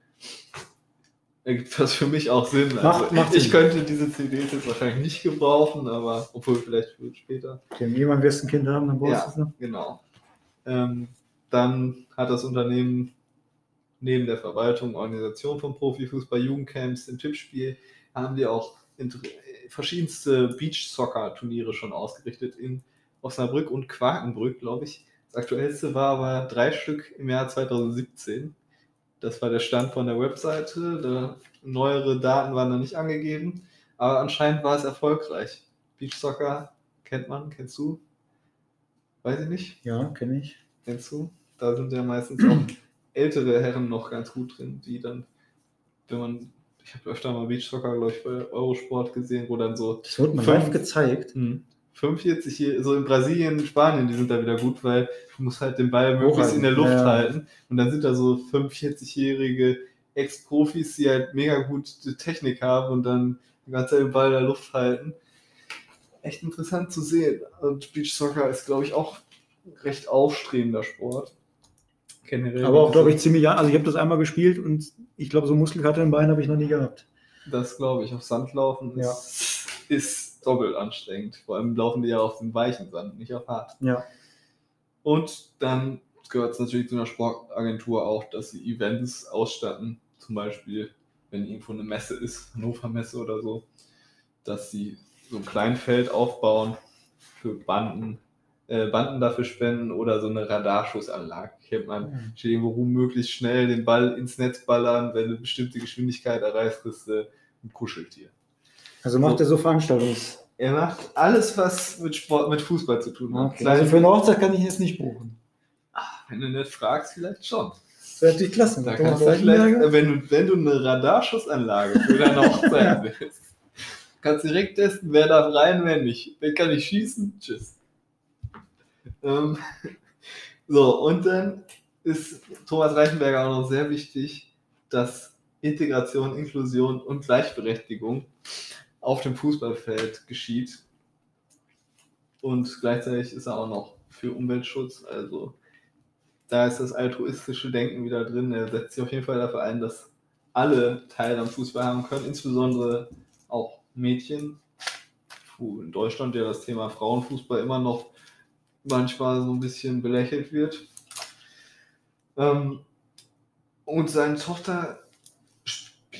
ergibt das für mich auch Sinn. Macht- Also, macht ich Sinn. könnte diese C Ds jetzt wahrscheinlich nicht gebrauchen, aber obwohl vielleicht für später. Wenn jemand wirst ein Kind haben, dann brauchst Ja, du es noch. genau. Ähm, dann hat das Unternehmen neben der Verwaltung, Organisation von Profifußball, Jugendcamps, im Tippspiel, haben die auch inter- verschiedenste Beach-Soccer-Turniere schon ausgerichtet in Osnabrück und Quakenbrück, glaube ich. Das aktuellste war aber drei Stück im Jahr zweitausendsiebzehn. Das war der Stand von der Webseite. Da, neuere Daten waren da nicht angegeben, aber anscheinend war es erfolgreich. Beach-Soccer kennt man, kennst du? Weiß ich nicht. Ja, kenne ich. Kennst du? Da sind ja meistens auch ältere Herren noch ganz gut drin, die dann, wenn man, ich habe öfter mal Beachsoccer, glaube ich, bei Eurosport gesehen, wo dann so Das wurde mir Fünf- live gezeigt. hm, fünfundvierzig hier, so in Brasilien, Spanien, die sind da wieder gut, weil du musst halt den Ball möglichst in der Luft Ja, ja. halten und dann sind da so fünfundvierzig-jährige Ex-Profis, die halt mega gute Technik haben und dann die ganze Zeit den Ball in der Luft halten. Echt interessant zu sehen. Und Beachsoccer ist, glaube ich, auch ein recht aufstrebender Sport. Generell Aber auch, wie glaube ich, gesagt, ziemlich, ja, also ich habe das einmal gespielt und ich glaube, so Muskelkater im Bein habe ich noch nie gehabt. Das glaube ich, auf Sand laufen Ja. ist, ist doppelt anstrengend. Vor allem laufen die ja auf dem weichen Sand, nicht auf hart. Ja. Und dann gehört es natürlich zu einer Sportagentur auch, dass sie Events ausstatten. Zum Beispiel, wenn irgendwo eine Messe ist, Hannover Messe oder so, dass sie so ein Kleinfeld aufbauen für Banden, äh, Banden dafür spenden oder so eine Radarschussanlage. Kennt man, steht irgendwo rum, möglichst schnell den Ball ins Netz ballern, wenn du eine bestimmte Geschwindigkeit erreichst, kriegst du ein Kuscheltier. Also macht So. er so Veranstaltungs. Er macht alles, was mit Sport, mit Fußball zu tun hat. Okay. Also für eine Hochzeit kann ich jetzt nicht buchen. Wenn du nicht fragst, vielleicht schon. Das wäre natürlich klasse. Da Thomas kannst du vielleicht, Reichenberger. wenn du, wenn du eine Radarschussanlage für deine Hochzeit willst, kannst du direkt testen, wer darf rein, wer nicht. Wer kann nicht schießen? Tschüss. Ähm, so, und dann ist Thomas Reichenberger auch noch sehr wichtig, dass Integration, Inklusion und Gleichberechtigung auf dem Fußballfeld geschieht. Und gleichzeitig ist er auch noch für Umweltschutz, also da ist das altruistische Denken wieder drin. Er setzt sich auf jeden Fall dafür ein, dass alle Teil am Fußball haben können, insbesondere auch Mädchen, wo in Deutschland ja das Thema Frauenfußball immer noch manchmal so ein bisschen belächelt wird. Ähm, und seine Tochter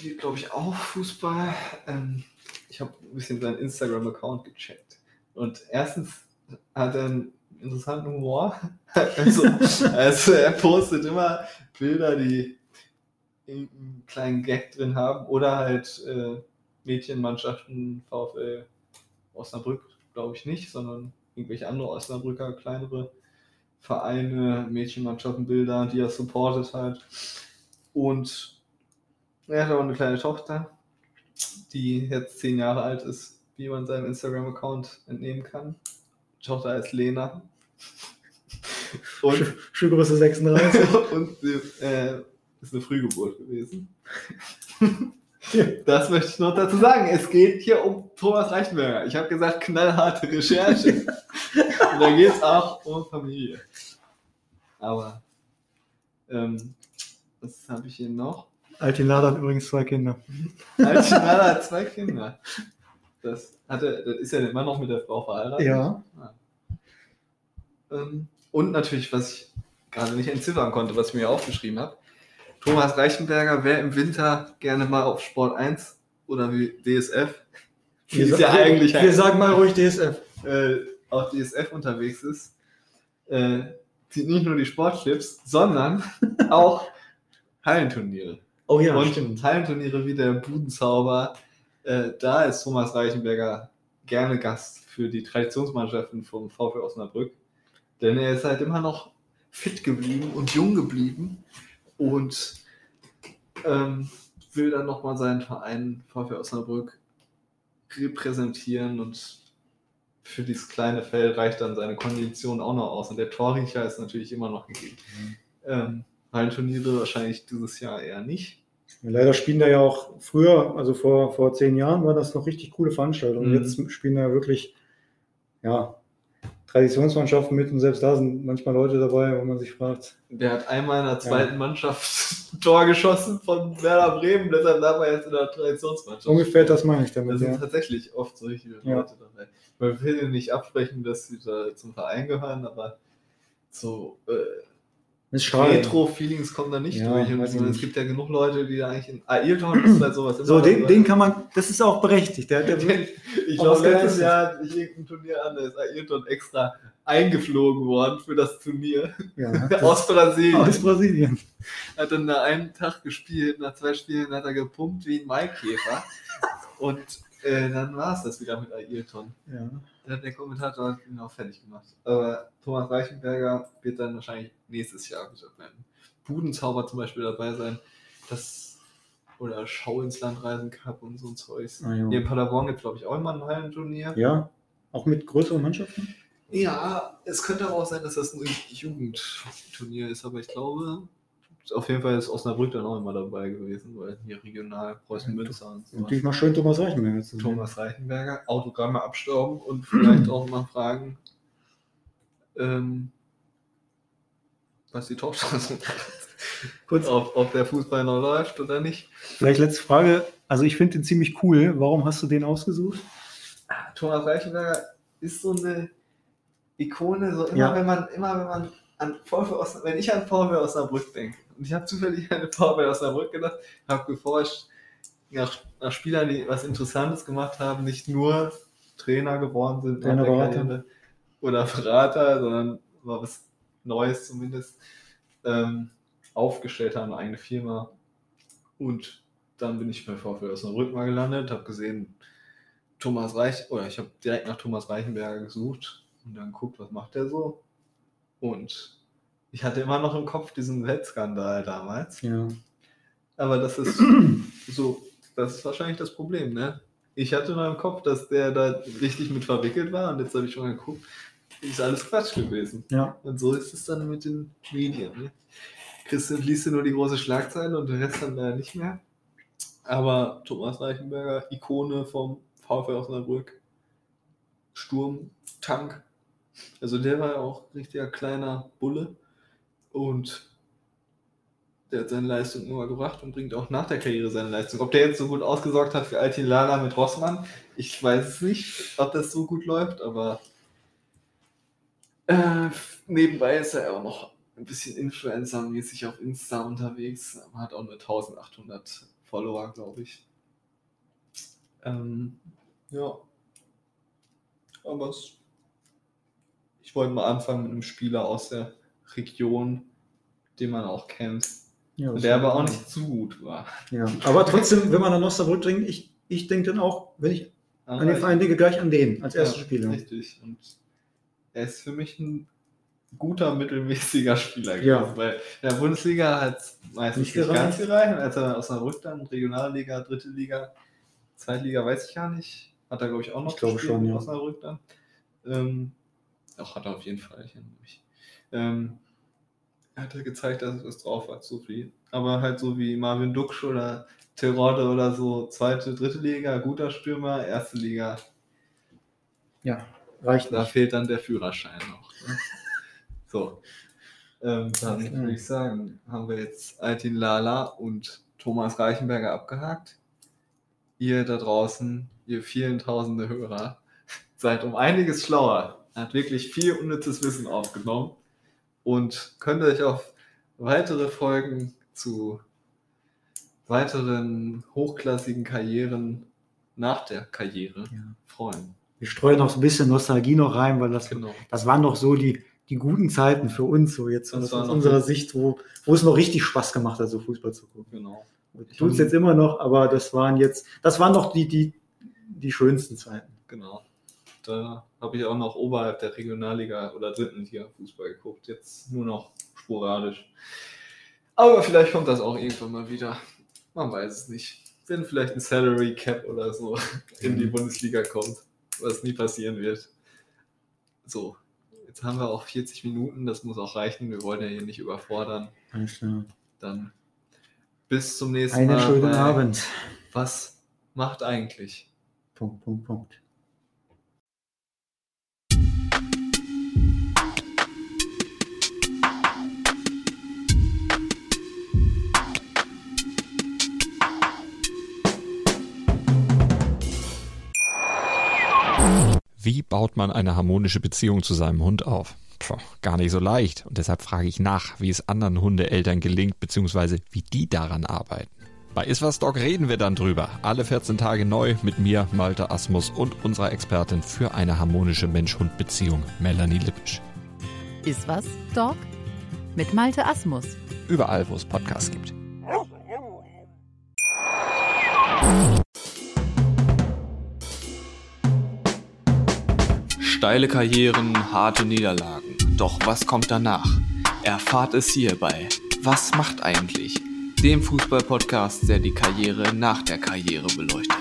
spielt, glaube ich, auch Fußball. Ähm, ich habe ein bisschen seinen Instagram-Account gecheckt. Und erstens hat er einen interessanten Humor. Also, also er postet immer Bilder, die irgendeinen kleinen Gag drin haben. Oder halt äh, Mädchenmannschaften, VfL Osnabrück, glaube ich nicht, sondern irgendwelche andere Osnabrücker, kleinere Vereine, Mädchenmannschaften, Bilder, die er supportet hat. Und er hat auch eine kleine Tochter, die jetzt zehn Jahre alt ist, wie man seinem Instagram-Account entnehmen kann. Die Tochter heißt Lena. Und, Schuhgröße sechsunddreißig. und sie äh, ist eine Frühgeburt gewesen. Das möchte ich noch dazu sagen. Es geht hier um Thomas Reichenberger. Ich habe gesagt, knallharte Recherche. Und da geht es auch um Familie. Aber, ähm, was habe ich hier noch? Altinada hat übrigens zwei Kinder. Altinada hat zwei Kinder. Das, hat er, das ist ja immer noch mit der Frau verheiratet. Ja. Ah. Ähm, und natürlich, was ich gerade nicht entziffern konnte, was ich mir aufgeschrieben habe. Thomas Reichenberger, wer im Winter gerne mal auf Sport eins oder wie D S F, Wir, ist ja wir, eigentlich wir sagen mal ruhig D S F. äh, auf D S F unterwegs ist, äh, zieht nicht nur die Sportclips, sondern auch Hallenturniere. Oh ja, und stimmt. Hallenturniere wie der Budenzauber, äh, da ist Thomas Reichenberger gerne Gast für die Traditionsmannschaften vom VfL Osnabrück, denn er ist halt immer noch fit geblieben und jung geblieben und ähm, will dann nochmal seinen Verein VfL Osnabrück repräsentieren und für dieses kleine Feld reicht dann seine Kondition auch noch aus und der Torriecher ist natürlich immer noch gegeben. Mhm. Ähm, Hallenturniere wahrscheinlich dieses Jahr eher nicht. Leider spielen da ja auch früher, also vor, vor zehn Jahren war das noch richtig coole Veranstaltung. Mhm. Jetzt spielen da ja wirklich ja, Traditionsmannschaften mit und selbst da sind manchmal Leute dabei, wo man sich fragt. Der hat einmal in der zweiten ja. Mannschaft ein Tor geschossen von Werder Bremen, deshalb lag er jetzt in der Traditionsmannschaft. Ungefähr das meine ich damit. Da sind ja. tatsächlich oft solche ja. Leute dabei. Man will nicht absprechen, dass sie da zum Verein gehören, aber so äh, Retro-Feelings kommen da nicht ja, durch. Und so, nicht. Es gibt ja genug Leute, die da eigentlich in Ailton ist halt sowas. So, den, den kann man, das ist auch berechtigt. Der, der ich glaube, letztes Jahr hatte ich irgendein Turnier an, da ist Ailton extra eingeflogen worden für das Turnier. Ja, aus Brasilien. Aus Brasilien. Hat dann da einen Tag gespielt, nach zwei Spielen hat er gepumpt wie ein Maikäfer. Und äh, dann war es das wieder mit Ailton. Ja. Da hat der Kommentator ihn auch fertig gemacht. Aber Thomas Reichenberger wird dann wahrscheinlich nächstes Jahr wieder beim Budenzauber zum Beispiel dabei sein. Das, oder Schau ins Land Reisen Cup und so ein Zeugs. Ah, ja. Hier in Paderborn gibt es, glaube ich, auch immer ein Hallenturnier. Ja, auch mit größeren Mannschaften? Ja, es könnte aber auch sein, dass das ein Jugendturnier ist, aber ich glaube, auf jeden Fall ist Osnabrück dann auch immer dabei gewesen, weil hier regional Preußen-Münster und so. Natürlich mal schön Thomas Reichenberger zu sehen. Thomas Reichenberger, Autogramme abstauben und vielleicht auch mal fragen, ähm, was die Tochter so macht. Kurz, ob, ob der Fußball noch läuft oder nicht. Vielleicht letzte Frage, also ich finde den ziemlich cool. Warum hast du den ausgesucht? Thomas Reichenberger ist so eine Ikone, so immer ja. wenn man, immer wenn man an VfL Osnabrück, wenn ich an VfL Osnabrück denke, und ich habe zufällig an VfL Osnabrück gedacht, habe geforscht nach, nach Spielern, die was Interessantes gemacht haben, nicht nur Trainer geworden sind Trainer, Berater. oder Berater, sondern war was Neues zumindest, ähm, aufgestellt haben, eine eigene Firma. Und dann bin ich bei VfL Osnabrück mal gelandet, habe gesehen, Thomas Reich, oder ich habe direkt nach Thomas Reichenberger gesucht und dann guckt, was macht der so. Und ich hatte immer noch im Kopf diesen Wettskandal damals. Ja. Aber das ist so, das ist wahrscheinlich das Problem, ne? Ich hatte noch im Kopf, dass der da richtig mit verwickelt war und jetzt habe ich schon geguckt, ist alles Quatsch gewesen. Ja. Und so ist es dann mit den Medien, ne? Christian liest nur die große Schlagzeile und der Rest dann leider nicht mehr. Aber Thomas Reichenberger, Ikone vom VfL Osnabrück, Sturmtank. Also der war ja auch ein richtiger kleiner Bulle und der hat seine Leistung immer gebracht und bringt auch nach der Karriere seine Leistung. Ob der jetzt so gut ausgesorgt hat für Altin Lala mit Rossmann, ich weiß es nicht, ob das so gut läuft, aber äh, nebenbei ist er auch noch ein bisschen Influencer-mäßig auf Insta unterwegs. Man hat auch nur eintausendachthundert Follower, glaube ich. Ähm, ja. Aber es, ich wollte mal anfangen mit einem Spieler aus der Region, den man auch kennt. Ja, Der aber auch nicht zu gut war. Ja, aber trotzdem, wenn man an Osnabrück denkt, ich, ich denke dann auch, wenn ich an den Verein denke, gleich an den als ersten ja, Spieler. Richtig. Und er ist für mich ein guter, mittelmäßiger Spieler gewesen, Ja. weil in der Bundesliga hat es meistens Nicht nicht, gereicht. ganz gereicht. Und als er aus Osnabrück dann, Regionalliga, dritte Liga, Zweitliga, weiß ich gar nicht, hat er, glaube ich, auch noch Ich glaube gespielt schon, in ja. Osnabrück dann. Ähm, auch hat er auf jeden Fall. Ich erinnere mich. Ähm, hat er gezeigt, dass er was drauf hat, so viel. Aber halt so wie Marvin Duksch oder Terodde oder so, zweite, dritte Liga, guter Stürmer, erste Liga, Ja, reicht da nicht. fehlt dann der Führerschein noch. Ne? So, ähm, dann Ja. würde ich sagen, haben wir jetzt Altin Lala und Thomas Reichenberger abgehakt. Ihr da draußen, ihr vielen tausende Hörer, seid um einiges schlauer. Er hat wirklich viel unnützes Wissen aufgenommen und könnt euch auf weitere Folgen zu weiteren hochklassigen Karrieren nach der Karriere Ja. freuen. Wir streuen noch so ein bisschen Nostalgie noch rein, weil das, Genau. das waren noch so die, die guten Zeiten für uns, so jetzt Das aus war noch- unserer Sicht, wo, wo es noch richtig Spaß gemacht hat, so Fußball zu gucken. Genau. Tut es jetzt immer noch, aber das waren jetzt, das waren noch die, die, die schönsten Zeiten. Genau. Da habe ich auch noch oberhalb der Regionalliga oder dritten Liga Fußball geguckt. Jetzt nur noch sporadisch. Aber vielleicht kommt das auch irgendwann mal wieder. Man weiß es nicht. Wenn vielleicht ein Salary Cap oder so in die Bundesliga kommt, was nie passieren wird. So, jetzt haben wir auch vierzig Minuten. Das muss auch reichen. Wir wollen ja hier nicht überfordern. Alles klar. Dann bis zum nächsten Einen Mal. schönen bei Abend. Was macht eigentlich? Punkt, Punkt, Punkt. Wie baut man eine harmonische Beziehung zu seinem Hund auf? Puh, gar nicht so leicht. Und deshalb frage ich nach, wie es anderen Hundeeltern gelingt, beziehungsweise wie die daran arbeiten. Bei Iswas Dog reden wir dann drüber. Alle vierzehn Tage neu mit mir, Malte Asmus und unserer Expertin für eine harmonische Mensch-Hund-Beziehung, Melanie Lippisch. Iswas Dog mit Malte Asmus. Überall, wo es Podcasts gibt. Steile Karrieren, harte Niederlagen. Doch was kommt danach? Erfahrt es hier bei Was macht eigentlich? Dem Fußball-Podcast, der die Karriere nach der Karriere beleuchtet.